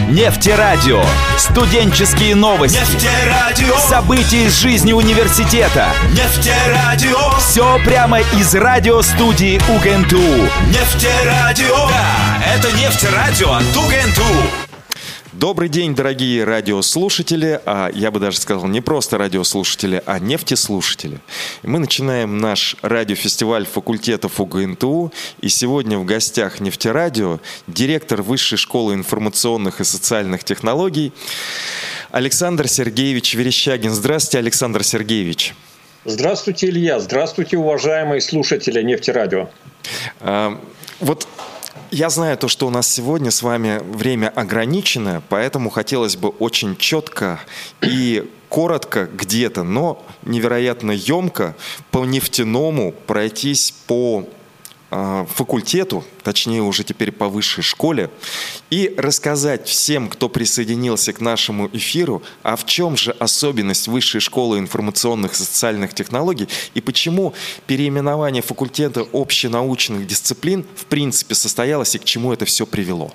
Нефтерадио. Студенческие новости. Нефтерадио. События из жизни университета. Нефтерадио. Все прямо из радиостудии УГНТУ. Нефтерадио. Да, это Нефтерадио от УГНТУ. Добрый день, дорогие радиослушатели, а я бы даже сказал не просто радиослушатели, а нефтеслушатели. Мы начинаем наш радиофестиваль факультетов УГНТУ, и сегодня в гостях Нефтерадио директор Высшей школы информационных и социальных технологий Александр Сергеевич Верещагин. Здравствуйте, Александр Сергеевич. Здравствуйте, Илья. Здравствуйте, уважаемые слушатели Нефтерадио. Я знаю то, что у нас сегодня с вами время ограничено, поэтому хотелось бы очень четко и коротко где-то, но невероятно емко по нефтяному пройтись по факультету, точнее уже теперь по высшей школе, и рассказать всем, кто присоединился к нашему эфиру, а в чем же особенность Высшей школы информационных и социальных технологий и почему переименование факультета общенаучных дисциплин в принципе состоялось и к чему это все привело.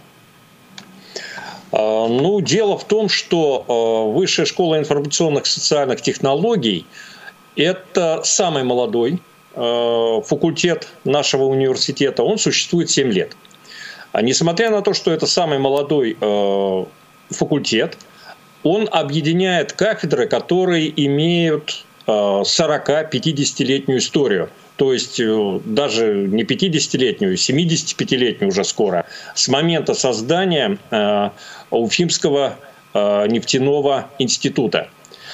Дело в том, что Высшая школа информационных и социальных технологий – это самый молодой факультет нашего университета. Он существует 7 лет. Несмотря на то, что это самый молодой факультет, он объединяет кафедры, которые имеют 40-50-летнюю историю. То есть даже не 50-летнюю, 75-летнюю уже скоро, с момента создания Уфимского нефтяного института.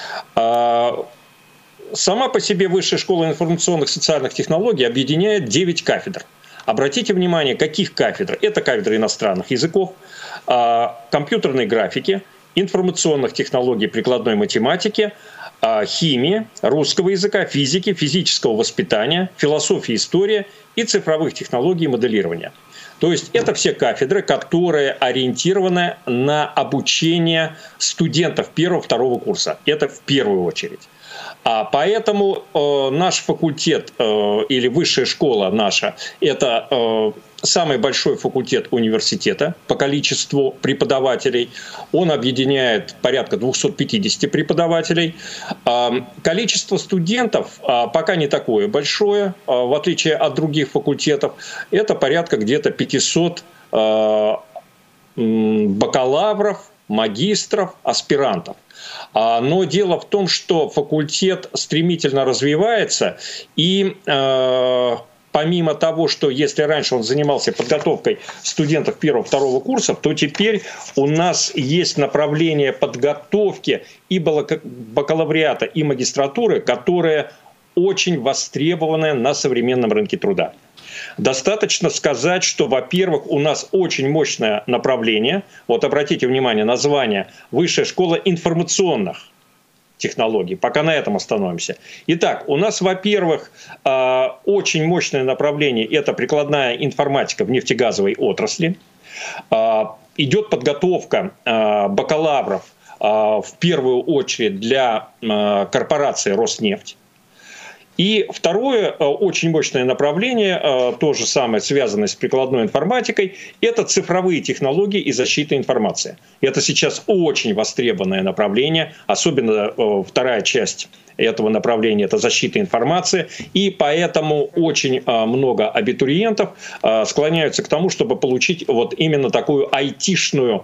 Сама по себе Высшая школа информационных и социальных технологий объединяет 9 кафедр. Обратите внимание, каких кафедр? Это кафедры иностранных языков, компьютерной графики, информационных технологий прикладной математики, химии, русского языка, физики, физического воспитания, философии, истории и цифровых технологий и моделирования. То есть это все кафедры, которые ориентированы на обучение студентов 1-2 курса. Это в первую очередь. Поэтому наш факультет или высшая школа наша – это самый большой факультет университета по количеству преподавателей. Он объединяет порядка 250 преподавателей. Количество студентов пока не такое большое, в отличие от других факультетов. Это порядка где-то 500 бакалавров, магистров, аспирантов. Но дело в том, что факультет стремительно развивается, и помимо того, что если раньше он занимался подготовкой студентов 1-2 курсов, то теперь у нас есть направление подготовки и бакалавриата, и магистратуры, которые очень востребованы на современном рынке труда. Достаточно сказать, что, во-первых, у нас очень мощное направление. Вот обратите внимание, название «Высшая школа информационных технологий». Пока на этом остановимся. Итак, у нас, во-первых, очень мощное направление – это прикладная информатика в нефтегазовой отрасли. Идет подготовка бакалавров в первую очередь для корпорации «Роснефть». И второе очень мощное направление, то же самое, связанное с прикладной информатикой, это цифровые технологии и защита информации. Это сейчас очень востребованное направление, особенно вторая часть этого направления – это защита информации. И поэтому очень много абитуриентов склоняются к тому, чтобы получить вот именно такую айтишную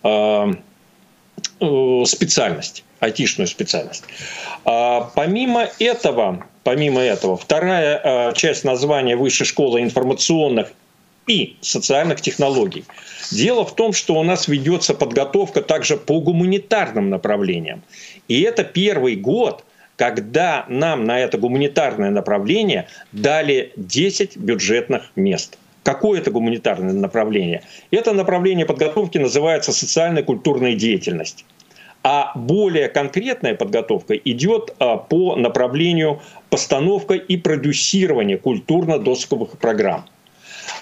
специальность. Айтишную специальность. Помимо этого, вторая часть названия Высшей школы информационных и социальных технологий. Дело в том, что у нас ведется подготовка также по гуманитарным направлениям. И это первый год, когда нам на это гуманитарное направление дали 10 бюджетных мест. Какое это гуманитарное направление? Это направление подготовки называется социально-культурная деятельность. А более конкретная подготовка идет по направлению постановка и продюсирования культурно-досуговых программ.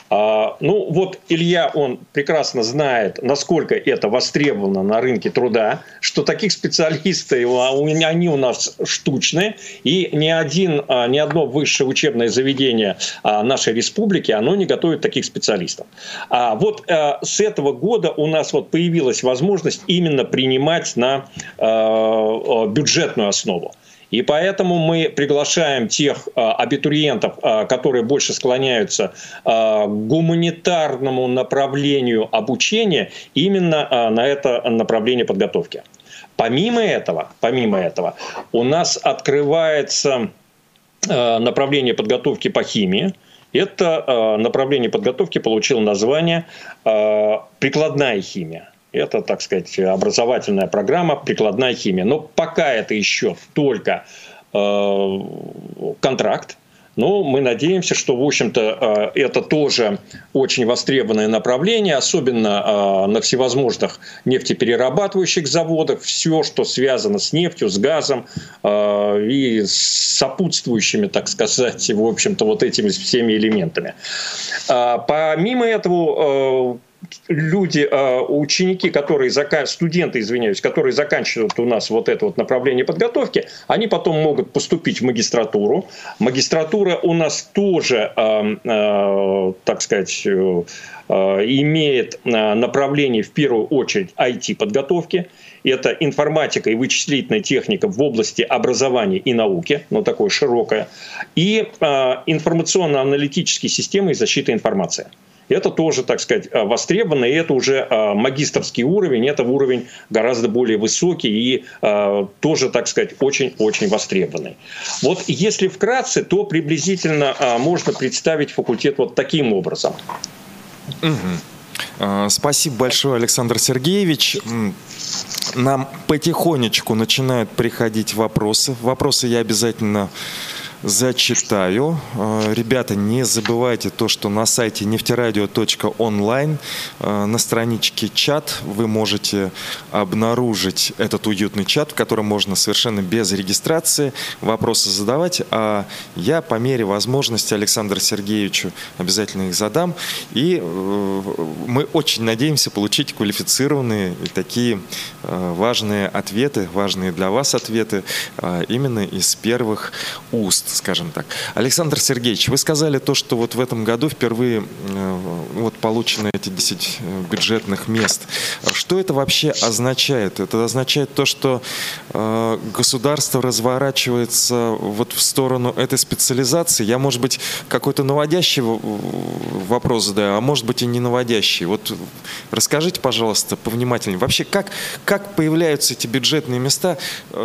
Ну, вот Илья, он прекрасно знает, насколько это востребовано на рынке труда, что таких специалистов, они у нас штучные, и ни одно высшее учебное заведение нашей республики, оно не готовит таких специалистов. Вот с этого года у нас вот появилась возможность именно принимать на бюджетную основу. И поэтому мы приглашаем тех абитуриентов, которые больше склоняются к гуманитарному направлению обучения, именно на это направление подготовки. Помимо этого, у нас открывается направление подготовки по химии. Это направление подготовки получило название «Прикладная химия». Это, так сказать, образовательная программа «Прикладная химия». Но пока это еще только контракт. Но мы надеемся, что, в общем-то, это тоже очень востребованное направление, особенно на всевозможных нефтеперерабатывающих заводах. Все, что связано с нефтью, с газом и с сопутствующими, так сказать, в общем-то, вот этими всеми элементами. Помимо этого, ученики, студенты, которые заканчивают у нас вот это вот направление подготовки, они потом могут поступить в магистратуру. Магистратура у нас тоже, так сказать, имеет направление в первую очередь IT-подготовки. Это информатика и вычислительная техника в области образования и науки, но такое широкое, и информационно-аналитические системы и защита информации. Это тоже, так сказать, востребовано, и это уже магистерский уровень, это уровень гораздо более высокий и тоже, так сказать, очень-очень востребованный. Вот если вкратце, то приблизительно можно представить факультет вот таким образом. Спасибо большое, Александр Сергеевич. Нам потихонечку начинают приходить вопросы. Вопросы я обязательно зачитаю. Ребята, не забывайте то, что на сайте нефтерадио.онлайн на страничке чат вы можете обнаружить этот уютный чат, в котором можно совершенно без регистрации вопросы задавать, а я по мере возможности Александру Сергеевичу обязательно их задам. И мы очень надеемся получить квалифицированные и такие важные ответы, важные для вас ответы именно из первых уст, скажем так. Александр Сергеевич, вы сказали то, что вот в этом году впервые вот получены эти 10 бюджетных мест. Что это вообще означает? Это означает то, что государство разворачивается вот в сторону этой специализации. Я, может быть, какой-то наводящий вопрос задаю, а может быть и не наводящий. Вот расскажите, пожалуйста, повнимательнее. Вообще, как появляются эти бюджетные места?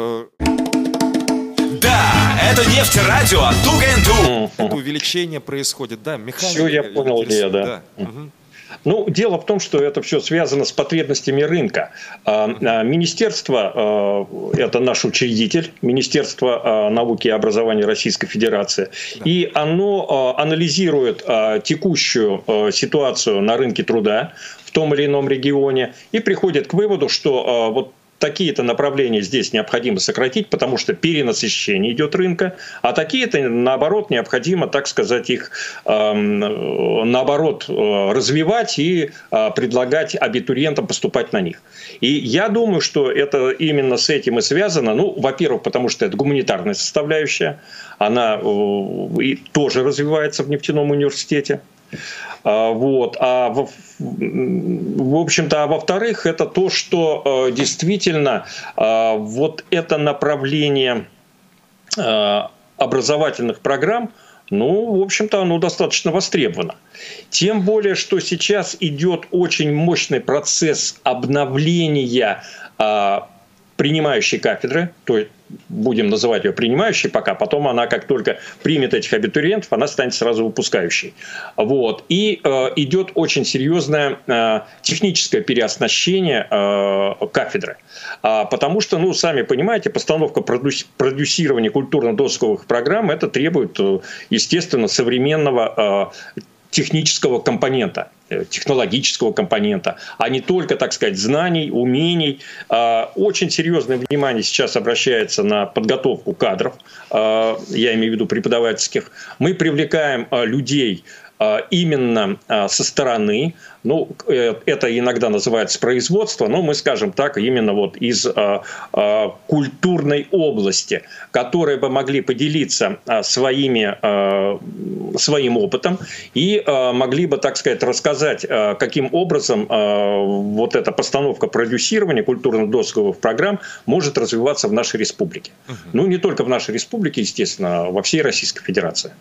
Да, это Нефтерадио от ТУГ-НТУ. Это увеличение происходит, да, механика. Все, я понял, да. Угу. Ну, дело в том, что это все связано с потребностями рынка. Министерство, это наш учредитель, Министерство науки и образования Российской Федерации, да. И оно анализирует текущую ситуацию на рынке труда в том или ином регионе и приходит к выводу, что вот такие-то направления здесь необходимо сократить, потому что перенасыщение идет рынка, а такие-то, наоборот, необходимо, так сказать, их, наоборот, развивать и предлагать абитуриентам поступать на них. И я думаю, что это именно с этим и связано. Ну, во-первых, потому что это гуманитарная составляющая, она тоже развивается в нефтяном университете. Вот. В общем-то, во-вторых, это то, что действительно вот это направление образовательных программ, ну, в общем-то, оно достаточно востребовано. Тем более, что сейчас идет очень мощный процесс обновления принимающей кафедры, то есть будем называть ее принимающей пока, потом она, как только примет этих абитуриентов, она станет сразу выпускающей. Вот. И идет очень серьезное техническое переоснащение кафедры. Потому что, ну, сами понимаете, постановка продюсирования культурно-досуговых программ, это требует, естественно, современного технического компонента, технологического компонента, а не только, так сказать, знаний, умений. Очень серьезное внимание сейчас обращается на подготовку кадров, я имею в виду преподавательских. Мы привлекаем людей именно со стороны, ну, это иногда называется производство, но мы скажем так, именно вот из культурной области, которые бы могли поделиться своим опытом и могли бы, так сказать, рассказать, каким образом вот эта постановка продюсирования культурно-досуговых программ может развиваться в нашей республике. Ну, не только в нашей республике, естественно, а во всей Российской Федерации.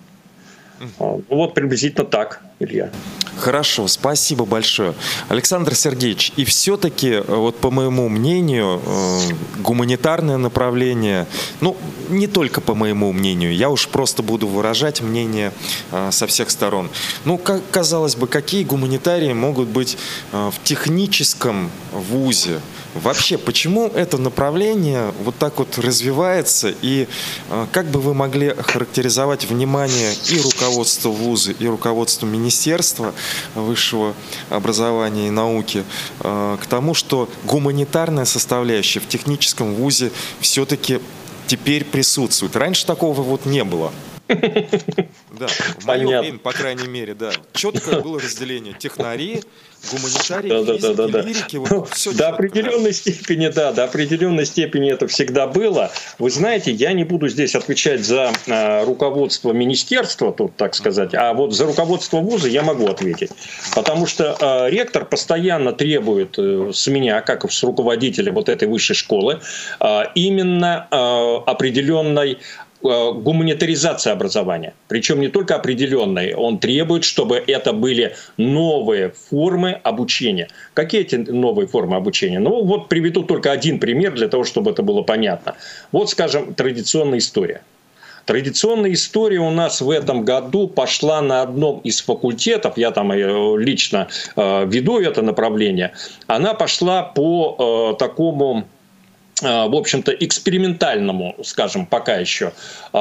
Вот приблизительно так, Илья. Хорошо, спасибо большое. Александр Сергеевич, и все-таки, вот по моему мнению, гуманитарное направление, ну, не только по моему мнению, я уж просто буду выражать мнение со всех сторон. Ну, казалось бы, какие гуманитарии могут быть в техническом вузе? Вообще, почему это направление вот так вот развивается, и как бы вы могли охарактеризовать внимание и руководства вуза, и руководства Министерства высшего образования и науки к тому, что гуманитарная составляющая в техническом вузе все-таки теперь присутствует? Раньше такого вот не было. Да, в мое время, по крайней мере, да. Четкое было разделение: технари, гуманитарии, физики, лирики. Вот, все до определенной степени, да, до определенной степени это всегда было. Вы знаете, я не буду здесь отвечать за руководство министерства, тут, так сказать, а вот за руководство вуза я могу ответить. Потому что ректор постоянно требует с меня, как и с руководителя вот этой высшей школы, именно определенной гуманитаризация образования. Причем не только определенной. Он требует, чтобы это были новые формы обучения. Какие эти новые формы обучения? Ну, вот приведу только один пример для того, чтобы это было понятно. Вот, скажем, традиционная история. Традиционная история у нас в этом году пошла на одном из факультетов, я там лично веду это направление, она пошла по такому, в общем-то, экспериментальному, скажем, пока еще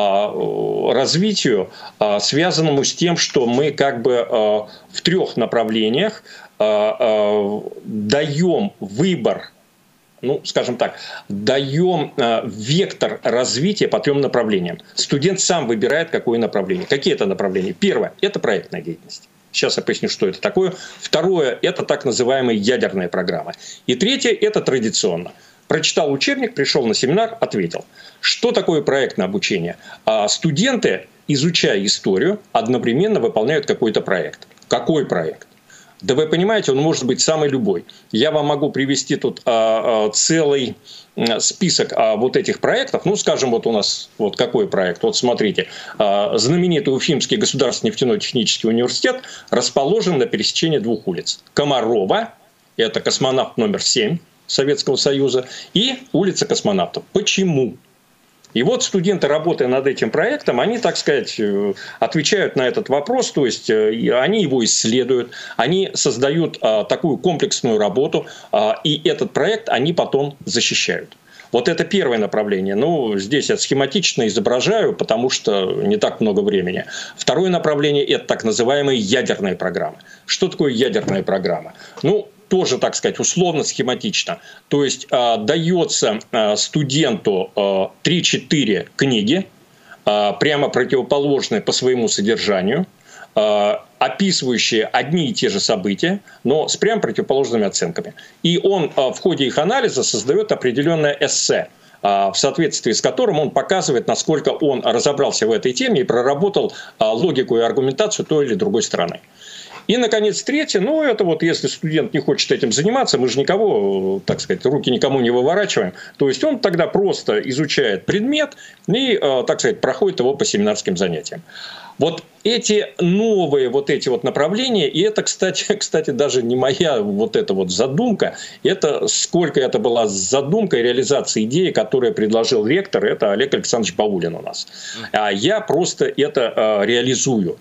развитию, связанному с тем, что мы как бы в трех направлениях даем выбор, ну, скажем так, даем вектор развития по трем направлениям. Студент сам выбирает, какое направление. Какие это направления? Первое – это проектная деятельность. Сейчас я поясню, что это такое. Второе – это так называемые ядерные программы. И третье – это традиционно. Прочитал учебник, пришел на семинар, ответил. Что такое проектное обучение? Студенты, изучая историю, одновременно выполняют какой-то проект. Какой проект? Да вы понимаете, он может быть самый любой. Я вам могу привести тут целый список вот этих проектов. Ну, скажем, вот у нас вот какой проект. Вот смотрите, знаменитый Уфимский государственный нефтяной технический университет расположен на пересечении двух улиц. Комарова, это космонавт номер 7 Советского Союза, и улица Космонавтов. Почему? И вот студенты, работая над этим проектом, они, так сказать, отвечают на этот вопрос, то есть они его исследуют, они создают такую комплексную работу, и этот проект они потом защищают. Вот это первое направление. Ну, здесь я схематично изображаю, потому что не так много времени. Второе направление – это так называемые ядерные программы. Что такое ядерная программа? Ну, тоже, так сказать, условно, схематично. То есть дается студенту 3-4 книги, прямо противоположные по своему содержанию, описывающие одни и те же события, но с прямо противоположными оценками. И он в ходе их анализа создает определенное эссе, в соответствии с которым он показывает, насколько он разобрался в этой теме и проработал логику и аргументацию той или другой стороны. И, наконец, третье, ну, это вот если студент не хочет этим заниматься, мы же никого, так сказать, руки никому не выворачиваем, то есть он тогда просто изучает предмет и, так сказать, проходит его по семинарским занятиям. Вот эти новые вот эти вот направления, и это, кстати, даже не моя вот эта вот задумка, это сколько это была задумка и реализация идеи, которую предложил ректор, это Олег Александрович Баулин у нас. А я просто это реализую.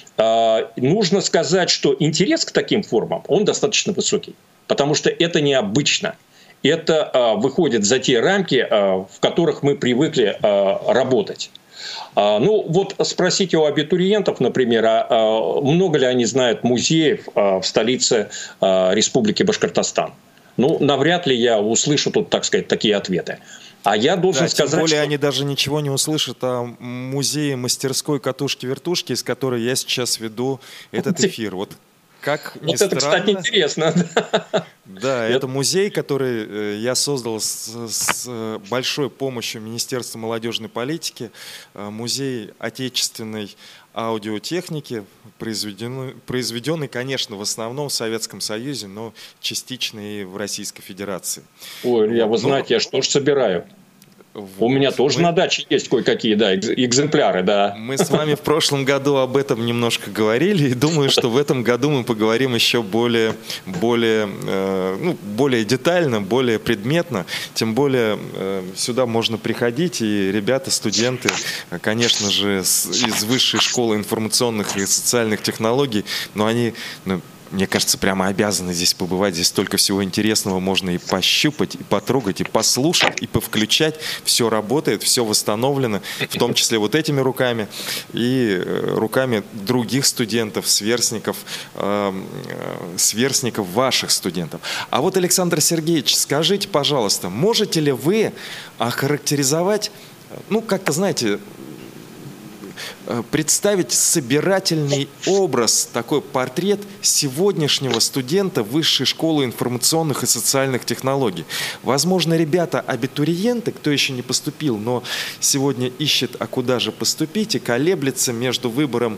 Нужно сказать, что интерес к таким формам, он достаточно высокий, потому что это необычно. Это выходит за те рамки, в которых мы привыкли работать. Ну, вот спросите у абитуриентов, например, много ли они знают музеев в столице Республики Башкортостан? Ну, навряд ли я услышу тут, так сказать, такие ответы. А я должен сказать, тем более что... они даже ничего не услышат о музее мастерской катушки-вертушки, из которой я сейчас веду этот эфир. Вот как ни Вот это, кстати, странно. интересно. Да, это музей, который я создал с большой помощью Министерства молодежной политики. Музей отечественной аудиотехники, произведенный, конечно, в основном в Советском Союзе, но частично и в Российской Федерации. Ой, Илья, вы знаете, я что ж собираю? У меня тоже на даче есть кое-какие, да, экземпляры, да. Мы с вами в прошлом году об этом немножко говорили, и думаю, что в этом году мы поговорим еще более детально, более предметно. Тем более сюда можно приходить, и ребята, студенты, конечно же, из Высшей школы информационных и социальных технологий, но они... Мне кажется, прямо обязаны здесь побывать. Здесь столько всего интересного можно и пощупать, и потрогать, и послушать, и повключать. Все работает, все восстановлено, в том числе вот этими руками и руками других студентов, сверстников ваших студентов. А вот, Александр Сергеевич, скажите, пожалуйста, можете ли вы охарактеризовать, как-то, знаете, представить собирательный образ, такой портрет сегодняшнего студента Высшей школы информационных и социальных технологий. Возможно, ребята, абитуриенты, кто еще не поступил, но сегодня ищет, а куда же поступить, и колеблется между выбором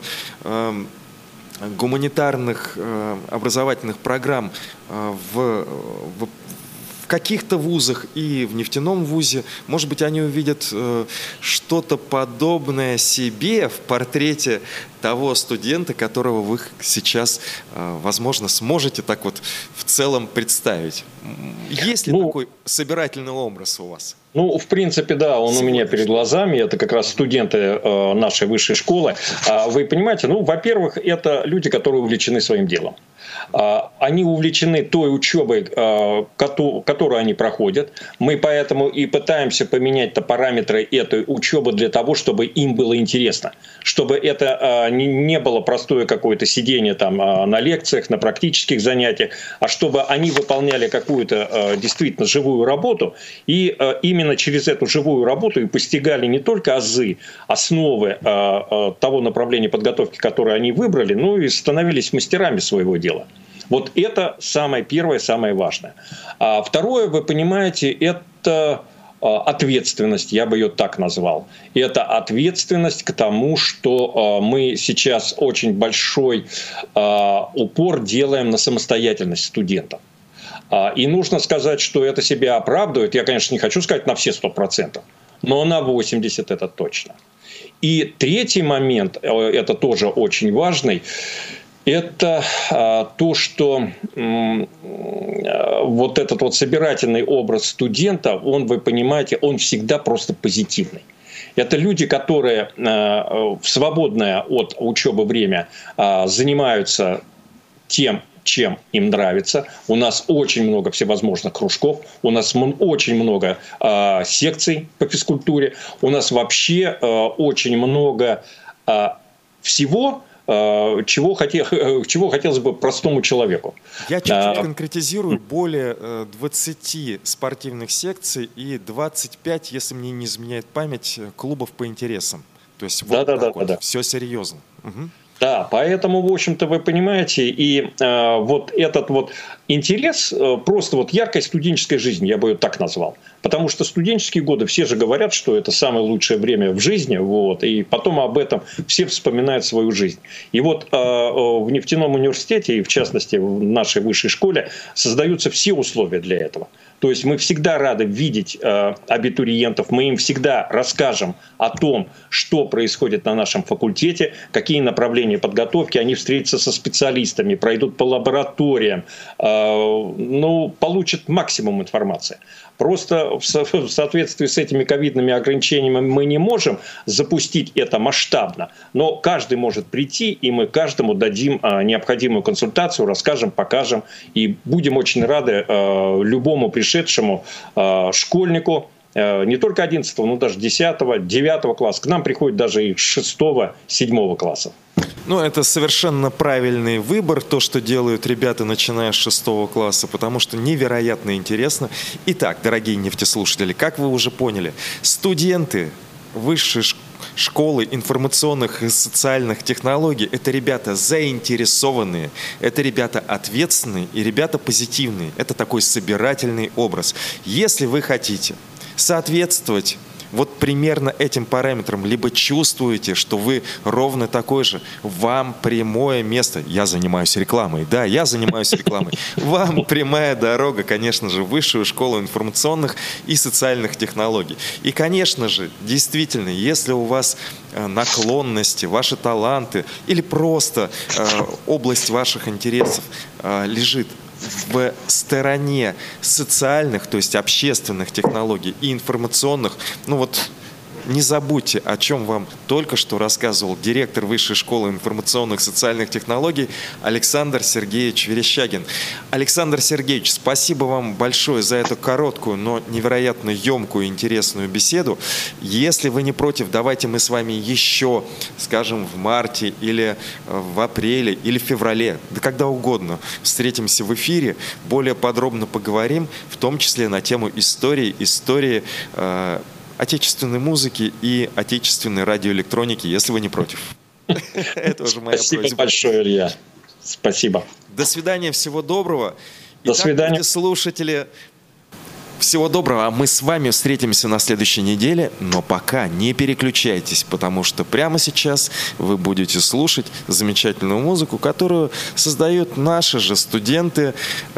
гуманитарных образовательных программ в каких-то вузах и в нефтяном вузе. Может быть, они увидят что-то подобное себе в портрете того студента, которого вы сейчас, возможно, сможете так вот в целом представить. Есть ли такой собирательный образ у вас? В принципе, да, он у меня перед глазами. Это как раз студенты нашей высшей школы. Вы понимаете, во-первых, это люди, которые увлечены своим делом. Они увлечены той учебой, которую они проходят. Мы поэтому и пытаемся поменять параметры этой учебы для того, чтобы им было интересно. Чтобы это не было простое какое-то сидение там на лекциях, на практических занятиях, а чтобы они выполняли какую-то действительно живую работу. И именно через эту живую работу и постигали не только азы, основы того направления подготовки, которое они выбрали, но и становились мастерами своего дела. Вот это самое первое, самое важное. А второе, вы понимаете, это ответственность, я бы ее так назвал. Это ответственность к тому, что мы сейчас очень большой упор делаем на самостоятельность студентов. И нужно сказать, что это себя оправдывает. Я, конечно, не хочу сказать на все 100%, но на 80% это точно. И третий момент, это тоже очень важный, это то, что вот этот вот собирательный образ студента, вы понимаете, он всегда просто позитивный. Это люди, которые в свободное от учебы время занимаются тем, чем им нравится. У нас очень много всевозможных кружков, у нас очень много секций по физкультуре, у нас вообще очень много всего, чего хотелось бы простому человеку. Я чуть-чуть конкретизирую. Более 20 спортивных секций и 25, если мне не изменяет память, клубов по интересам. То есть вот все серьезно. Угу. Да, поэтому, в общем-то, вы понимаете, и вот этот вот интерес, просто вот яркой студенческой жизни, я бы ее так назвал. Потому что студенческие годы, все же говорят, что это самое лучшее время в жизни, и потом об этом все вспоминают свою жизнь. И вот в нефтяном университете, и в частности в нашей высшей школе, создаются все условия для этого. То есть мы всегда рады видеть абитуриентов, мы им всегда расскажем о том, что происходит на нашем факультете, какие направления подготовки, они встретятся со специалистами, пройдут по лабораториям, получат максимум информации. Просто в соответствии с этими ковидными ограничениями мы не можем запустить это масштабно, но каждый может прийти, и мы каждому дадим необходимую консультацию, расскажем, покажем, и будем очень рады любому пришедшему школьнику, не только 11, но даже 10, 9 класса. К нам приходят даже и 6, 7 классов. Ну, это совершенно правильный выбор, то, что делают ребята, начиная с 6 класса, потому что невероятно интересно. Итак, дорогие нефтеслушатели, как вы уже поняли, студенты высшей школы информационных и социальных технологий – это ребята заинтересованные, это ребята ответственные и ребята позитивные. Это такой собирательный образ. Если вы хотите соответствовать вот примерно этим параметрам, либо чувствуете, что вы ровно такой же, вам прямое место. Я занимаюсь рекламой, да, я занимаюсь рекламой. Вам прямая дорога, конечно же, в Высшую школу информационных и социальных технологий. И, конечно же, действительно, если у вас наклонности, ваши таланты или просто область ваших интересов лежит в стороне социальных, то есть общественных технологий и информационных, ну вот не забудьте, о чем вам только что рассказывал директор Высшей школы информационных и социальных технологий Александр Сергеевич Верещагин. Александр Сергеевич, спасибо вам большое за эту короткую, но невероятно емкую и интересную беседу. Если вы не против, давайте мы с вами еще, скажем, в марте или в апреле или в феврале, да когда угодно, встретимся в эфире, более подробно поговорим, в том числе на тему истории отечественной музыки и отечественной радиоэлектроники, если вы не против. Это уже моя просьба. Спасибо большое, Илья. Спасибо. До свидания, всего доброго. До свидания. Слушатели, всего доброго. А мы с вами встретимся на следующей неделе. Но пока не переключайтесь, потому что прямо сейчас вы будете слушать замечательную музыку, которую создают наши же студенты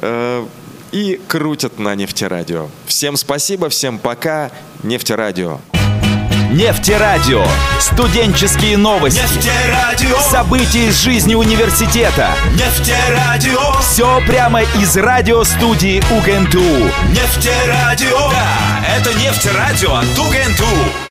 и крутят на Нефтерадио. Всем спасибо, всем пока. Нефтерадио. Нефтерадио. Студенческие новости. Нефтерадио. События из жизни университета. Нефтерадио. Все прямо из радиостудии УГНТУ. Нефтерадио. Да, это Нефтерадио от УГНТУ.